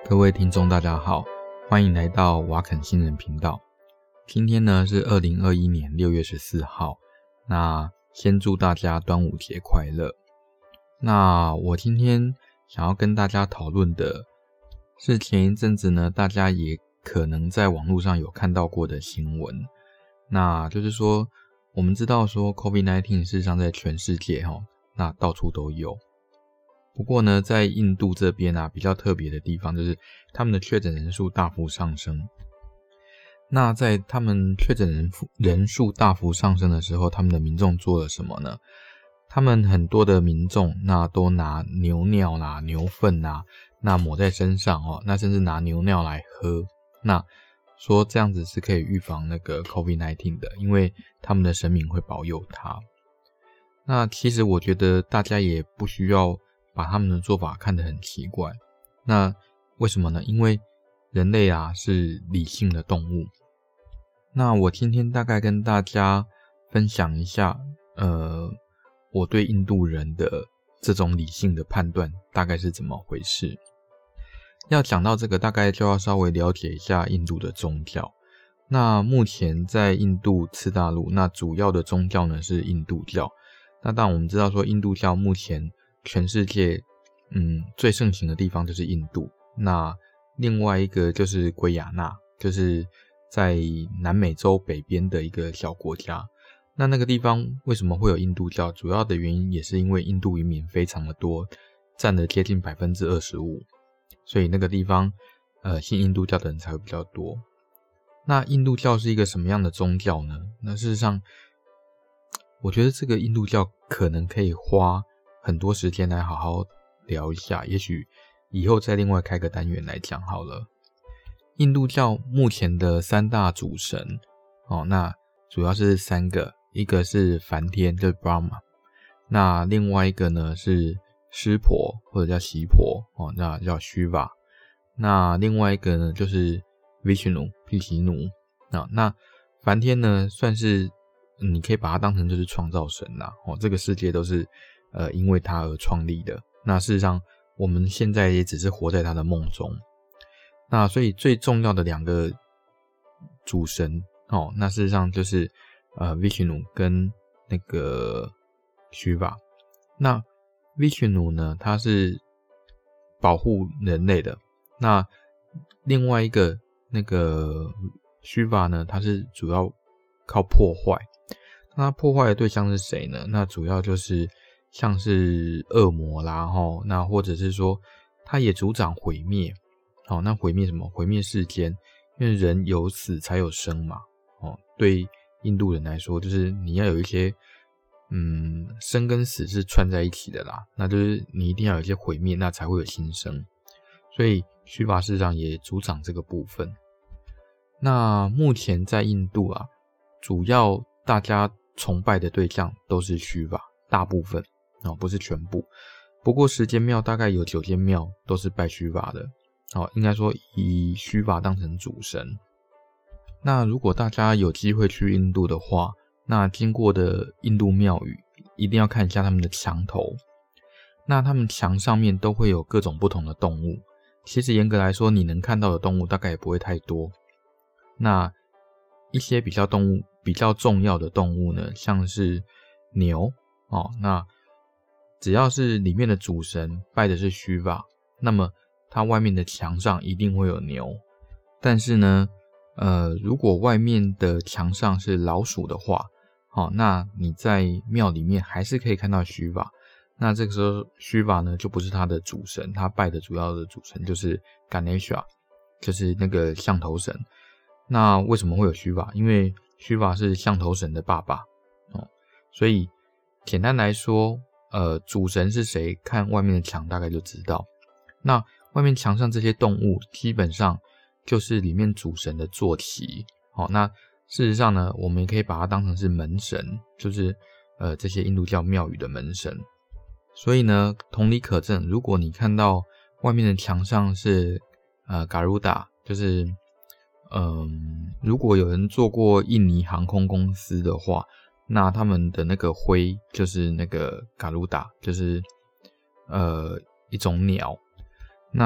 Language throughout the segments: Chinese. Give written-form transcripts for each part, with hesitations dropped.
各位听众大家好，欢迎来到瓦肯新人频道。今天呢是2021年6月14号，那先祝大家端午节快乐。那我今天想要跟大家讨论的是前一阵子呢大家也可能在网络上有看到过的新闻，那就是说我们知道说 COVID-19 事实上在全世界那到处都有。不过呢，在印度这边比较特别的地方就是他们的确诊人数大幅上升。那在他们确诊人数大幅上升的时候，他们的民众做了什么呢？他们很多的民众那都拿牛尿啦、牛粪啦，那抹在身上那甚至拿牛尿来喝。那说这样子是可以预防那个 COVID-19 的，因为他们的神明会保佑他。那其实我觉得大家也不需要把他们的做法看得很奇怪。那为什么呢？因为人类是理性的动物。那我今天大概跟大家分享一下我对印度人的这种理性的判断大概是怎么回事。要讲到这个，大概就要稍微了解一下印度的宗教。那目前在印度次大陆，那主要的宗教呢是印度教。那当然我们知道说印度教目前全世界最盛行的地方就是印度，那另外一个就是圭亚那，就是在南美洲北边的一个小国家。那个地方为什么会有印度教？主要的原因也是因为印度移民非常的多，占了接近 25%， 所以那个地方信印度教的人才会比较多。那印度教是一个什么样的宗教呢？那事实上我觉得这个印度教可能可以花很多时间来好好聊一下，也许以后再另外开个单元来讲好了。印度教目前的三大主神那主要是三个，一个是梵天，就是 Brahma， 那另外一个呢是湿婆或者叫习婆那叫 Shiva， 那另外一个呢就是 Vishnu 毗湿奴。那梵天呢算是你可以把它当成就是创造神这个世界都是因为他而创立的。那事实上我们现在也只是活在他的梦中。那所以最重要的两个主神那事实上就是Vishnu 跟那个 Shiva。 那 Vishnu 呢他是保护人类的，那另外一个那个 Shiva 呢他是主要靠破坏。那破坏的对象是谁呢？那主要就是像是恶魔啦那或者是说他也主掌毁灭。那毁灭什么？毁灭世间，因为人有死才有生嘛。对印度人来说，就是你要有一些生跟死是串在一起的啦，那就是你一定要有一些毁灭，那才会有新生。所以须法事实上也主掌这个部分。那目前在印度主要大家崇拜的对象都是须法，大部分不是全部。不过10间庙大概有9间庙都是拜须法的，应该说以须法当成主神。那如果大家有机会去印度的话，那经过的印度庙宇一定要看一下他们的墙头。那他们墙上面都会有各种不同的动物，其实严格来说你能看到的动物大概也不会太多。那一些比较重要的动物呢，像是牛那只要是里面的主神拜的是须法，那么它外面的墙上一定会有牛。但是呢如果外面的墙上是老鼠的话那你在庙里面还是可以看到须法。那这个时候须法呢就不是他的主神，他拜的主要的主神就是 Ganesha， 就是那个象头神。那为什么会有须法？因为须法是象头神的爸爸所以简单来说主神是谁，看外面的墙大概就知道。那外面墙上这些动物基本上就是里面主神的坐骑那事实上呢我们也可以把它当成是门神，就是这些印度教庙宇的门神。所以呢同理可证，如果你看到外面的墙上是Garuda， 就是如果有人坐过印尼航空公司的话，那他们的那个徽就是那个 Garuda， 就是一种鸟。那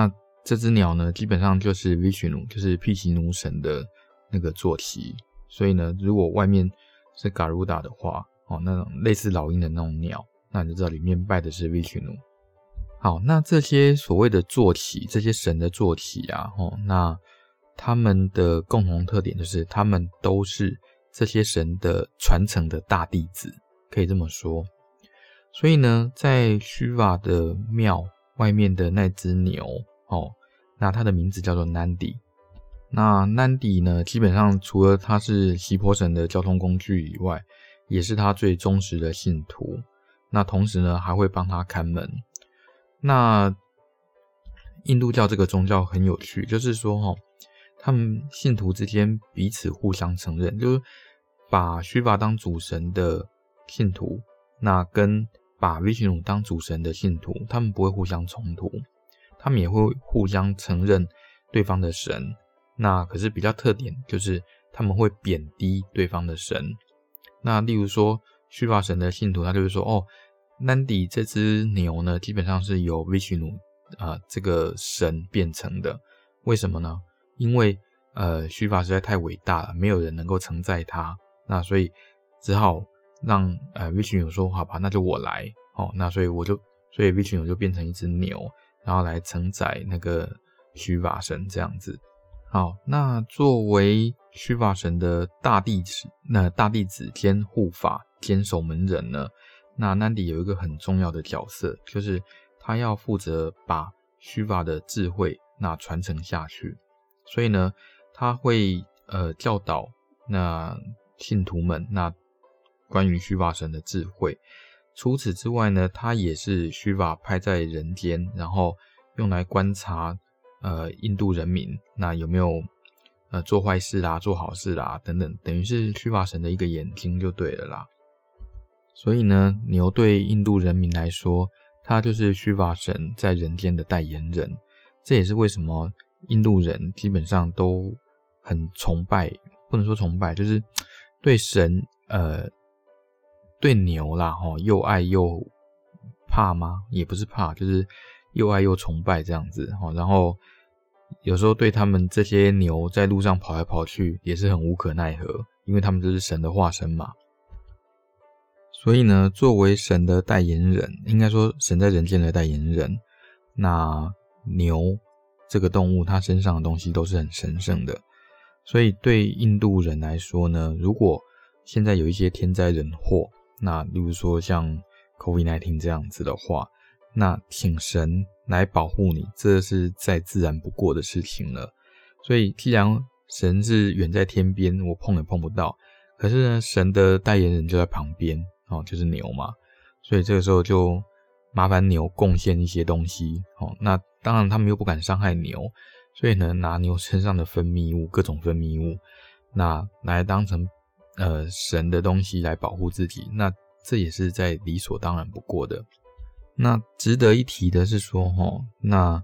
这只鸟呢，基本上就是 Vishnu， 就是毗湿奴神的那个坐骑。所以呢，如果外面是 Garuda 的话，那种类似老鹰的那种鸟，那你就知道里面拜的是 Vishnu。好，那这些所谓的坐骑，这些神的坐骑啊，那他们的共同特点就是他们都是这些神的传承的大弟子，可以这么说。所以呢，在Shiva的庙外面的那只牛，那它的名字叫做 Nandi。那 Nandi 呢，基本上除了它是湿婆神的交通工具以外，也是他最忠实的信徒。那同时呢，还会帮他看门。那印度教这个宗教很有趣，就是说他们信徒之间彼此互相承认，就是把Shiva当主神的信徒，那跟把 Vishnu 当主神的信徒，他们不会互相冲突，他们也会互相承认对方的神。那可是比较特点就是他们会贬低对方的神。那例如说Shiva神的信徒，他就会说Nandi 这只牛呢，基本上是由 Vishnu 这个神变成的。为什么呢？因为Shiva实在太伟大了，没有人能够承载他，那所以只好让Vishnu 说好吧，那就我来。那所以Vishnu 就变成一只牛，然后来承载那个Shiva神这样子。好，那作为Shiva神的大弟子兼护法兼守门人呢，那 Nandi 有一个很重要的角色，就是他要负责把Shiva的智慧那传承下去。所以呢，他会教导那信徒们那关于Shiva神的智慧。除此之外呢，他也是Shiva派在人间，然后用来观察印度人民那有没有做坏事啦、做好事啦等等，等于是Shiva神的一个眼睛就对了啦。所以呢，牛对印度人民来说，他就是Shiva神在人间的代言人。这也是为什么印度人基本上都很崇拜，不能说崇拜，就是对神对牛啦又爱又怕吗？也不是怕，就是又爱又崇拜这样子。然后有时候对他们这些牛在路上跑来跑去也是很无可奈何，因为他们就是神的化身嘛。所以呢，作为神的代言人，应该说神在人间的代言人，那牛这个动物它身上的东西都是很神圣的。所以对印度人来说呢，如果现在有一些天灾人祸，那例如说像 COVID-19 这样子的话，那请神来保护你，这是再自然不过的事情了。所以既然神是远在天边，我碰也碰不到，可是呢，神的代言人就在旁边就是牛嘛，所以这个时候就麻烦牛贡献一些东西那当然他们又不敢伤害牛，所以呢，拿牛身上的分泌物，各种分泌物，那来当成神的东西来保护自己，那这也是在理所当然不过的。那值得一提的是说那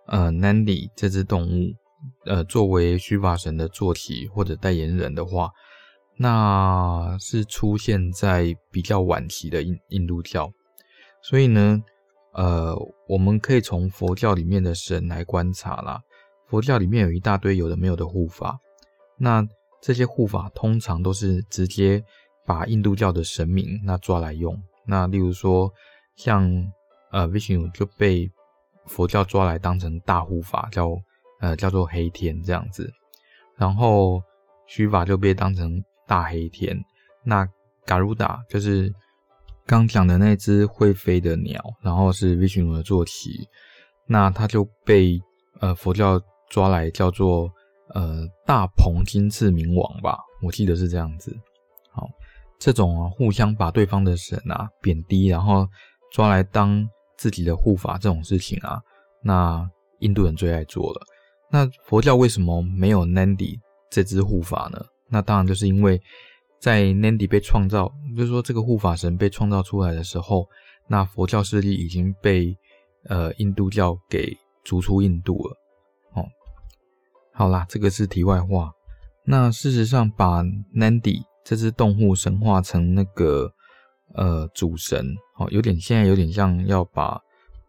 Nandi 这只动物作为Shiva神的坐骑或者代言人的话，那是出现在比较晚期的印度教。所以呢我们可以从佛教里面的神来观察啦。佛教里面有一大堆有的没有的护法，那这些护法通常都是直接把印度教的神明那抓来用。那例如说像Vishnu 就被佛教抓来当成大护法，叫做黑天这样子。然后Shiva就被当成大黑天。那 Garuda 就是刚讲的那只会飞的鸟，然后是 Vishnu 的坐骑，那他就被佛教抓来叫做大鹏金翅明王吧，我记得是这样子。好，这种互相把对方的神贬低，然后抓来当自己的护法这种事情那印度人最爱做了。那佛教为什么没有 Nandi 这只护法呢？那当然就是因为在 Nandi 被创造，就是说这个护法神被创造出来的时候，那佛教势力已经被印度教给逐出印度了。好啦，这个是题外话。那事实上把 Nandi 这只动物神化成那个主神，现在有点像要把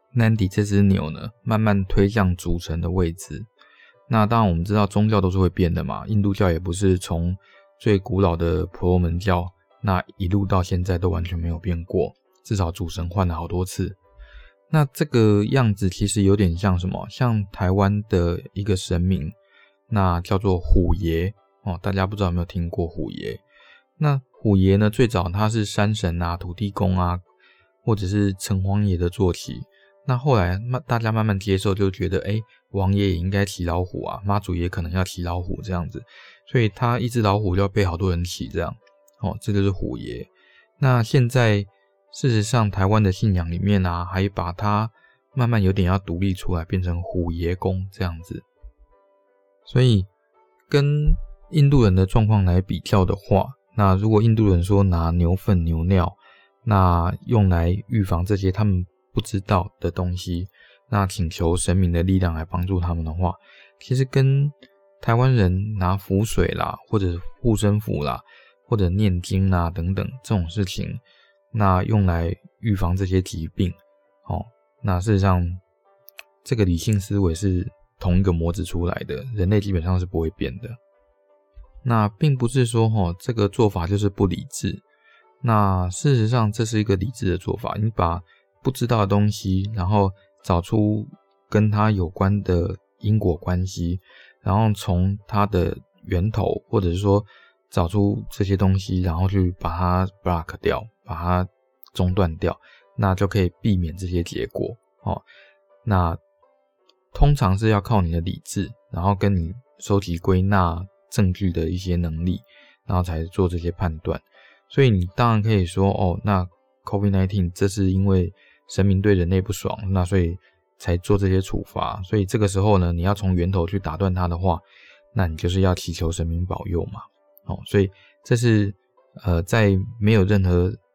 Nandi 这只牛呢，慢慢推向主神的位置。那当然我们知道宗教都是会变的嘛，印度教也不是从最古老的婆罗门教那一路到现在都完全没有变过，至少主神换了好多次。那这个样子其实有点像什么？像台湾的一个神明，那叫做虎爷大家不知道有没有听过虎爷？那虎爷呢，最早他是山神啊、土地公啊，或者是城隍爷的坐骑。那后来大家慢慢接受，就觉得王爷也应该骑老虎啊，妈祖也可能要骑老虎这样子，所以他一只老虎就要被好多人骑这样。这就是虎爷。那现在事实上台湾的信仰里面啊，还把它慢慢有点要独立出来，变成虎爷公这样子。所以跟印度人的状况来比较的话，那如果印度人说拿牛粪牛尿那用来预防这些他们不知道的东西，那请求神明的力量来帮助他们的话，其实跟台湾人拿符水啦，或者护身符啦，或者念经啦等等这种事情，那用来预防这些疾病那事实上这个理性思维是同一个模子出来的，人类基本上是不会变的。那并不是说这个做法就是不理智，那事实上这是一个理智的做法。你把不知道的东西，然后找出跟它有关的因果关系，然后从它的源头，或者是说找出这些东西，然后去把它 block 掉，把它中断掉，那就可以避免这些结果那通常是要靠你的理智，然后跟你收集归纳证据的一些能力，然后才做这些判断。所以你当然可以说那 COVID-19 这是因为神明对人类不爽，那所以才做这些处罚，所以这个时候呢，你要从源头去打断它的话，那你就是要祈求神明保佑嘛所以这是在没有任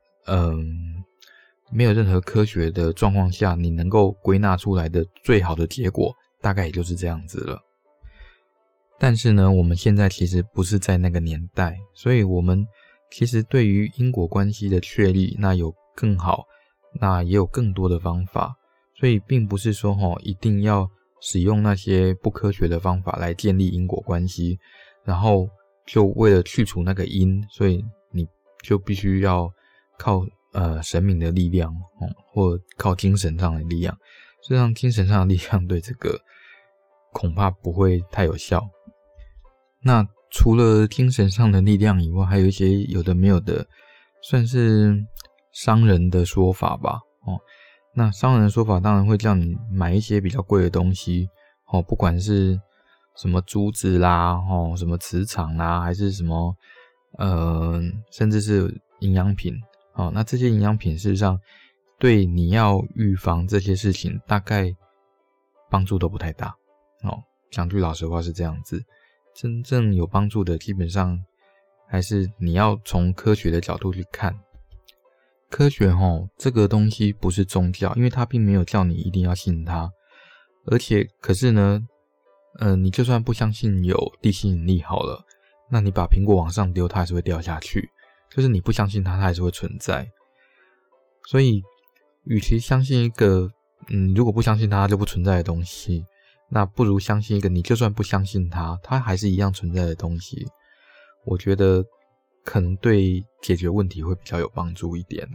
何科学的状况下，你能够归纳出来的最好的结果，大概也就是这样子了。但是呢，我们现在其实不是在那个年代，所以我们其实对于因果关系的确立，那有更好，那也有更多的方法，所以并不是说一定要使用那些不科学的方法来建立因果关系，然后就为了去除那个因，所以你就必须要靠神明的力量或靠精神上的力量。实际上精神上的力量对这个恐怕不会太有效。那除了精神上的力量以外，还有一些有的没有的算是商人的说法吧那商人的说法当然会叫你买一些比较贵的东西不管是什么珠子啦什么磁场啦，还是什么甚至是营养品那这些营养品事实上对你要预防这些事情大概帮助都不太大讲句老实话是这样子。真正有帮助的基本上还是你要从科学的角度去看。科学这个东西不是宗教，因为它并没有叫你一定要信它，而且可是呢你就算不相信有地心引力好了，那你把苹果往上丢它还是会掉下去，就是你不相信它还是会存在。所以与其相信一个如果不相信它就不存在的东西，那不如相信一个你就算不相信它还是一样存在的东西。我觉得可能对解决问题会比较有帮助一点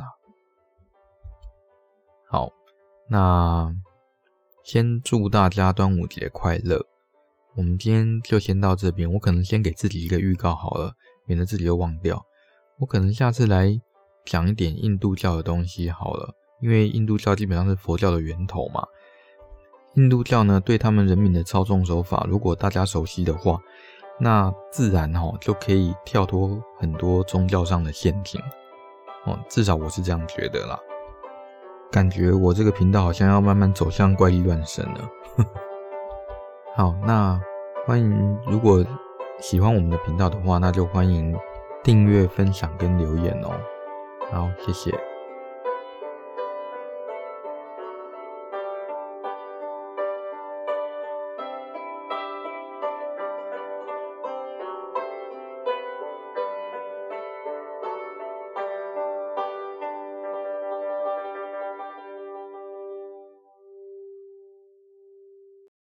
好，那先祝大家端午节快乐。我们今天就先到这边，我可能先给自己一个预告好了，免得自己又忘掉。我可能下次来讲一点印度教的东西好了，因为印度教基本上是佛教的源头嘛。印度教呢，对他们人民的操纵手法，如果大家熟悉的话，那自然就可以跳脱很多宗教上的陷阱至少我是这样觉得啦。感觉我这个频道好像要慢慢走向怪力乱神了好，那欢迎如果喜欢我们的频道的话，那就欢迎订阅、分享跟留言好，谢谢。